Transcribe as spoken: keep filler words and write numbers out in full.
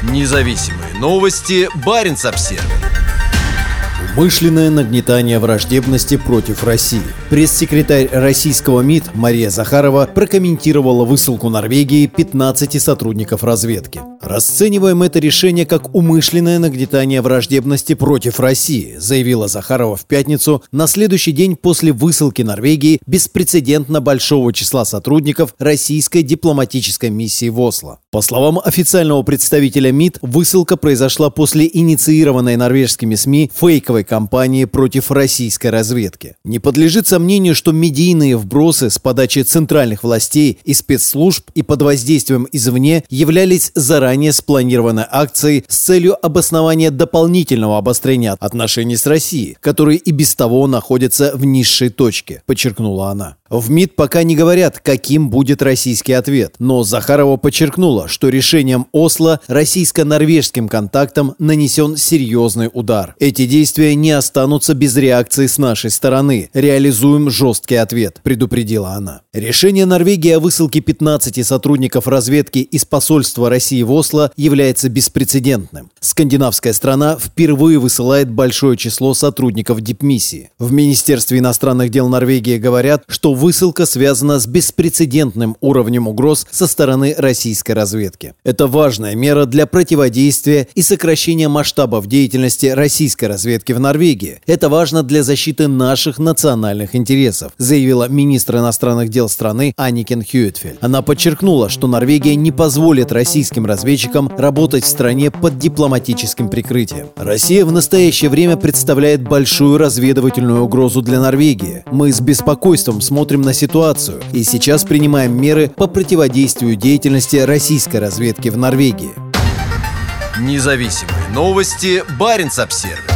Независимые новости. Баренц-Обсервис. Умышленное нагнетание враждебности против России. Пресс-секретарь российского МИД Мария Захарова прокомментировала высылку Норвегии пятнадцати сотрудников разведки. «Расцениваем это решение как умышленное нагнетание враждебности против России», заявила Захарова в пятницу, на следующий день после высылки Норвегии беспрецедентно большого числа сотрудников российской дипломатической миссии в Осло. По словам официального представителя МИД, высылка произошла после инициированной норвежскими СМИ фейковой кампании против российской разведки. Не подлежит сомнению, что медийные вбросы с подачи центральных властей и спецслужб и под воздействием извне являлись заранее спланированной акцией с целью обоснования дополнительного обострения отношений с Россией, которые и без того находятся в низшей точке, подчеркнула она. В МИД пока не говорят, каким будет российский ответ, но Захарова подчеркнула, что решением Осло российско-норвежским контактам нанесен серьезный удар. Эти действия не останутся без реакции с нашей стороны. Реализуем жесткий ответ, предупредила она. Решение Норвегии о высылке пятнадцати сотрудников разведки из посольства России в Осло является беспрецедентным. Скандинавская страна впервые высылает большое число сотрудников дипмиссии. В Министерстве иностранных дел Норвегии говорят, что высылка связана с беспрецедентным уровнем угроз со стороны российской разведки. Это важная мера для противодействия и сокращения масштабов деятельности российской разведки в Норвегии. Это важно для защиты наших национальных интересов, заявила министр иностранных дел страны Анникен Хюитfeldt. Она подчеркнула, что Норвегия не позволит российским разведчикам работать в стране под дипломатическим прикрытием. Россия в настоящее время представляет большую разведывательную угрозу для Норвегии. Мы с беспокойством смотрим на ситуацию и сейчас принимаем меры по противодействию деятельности российской разведки в Норвегии. Независимые новости. Баренц-Обсервис.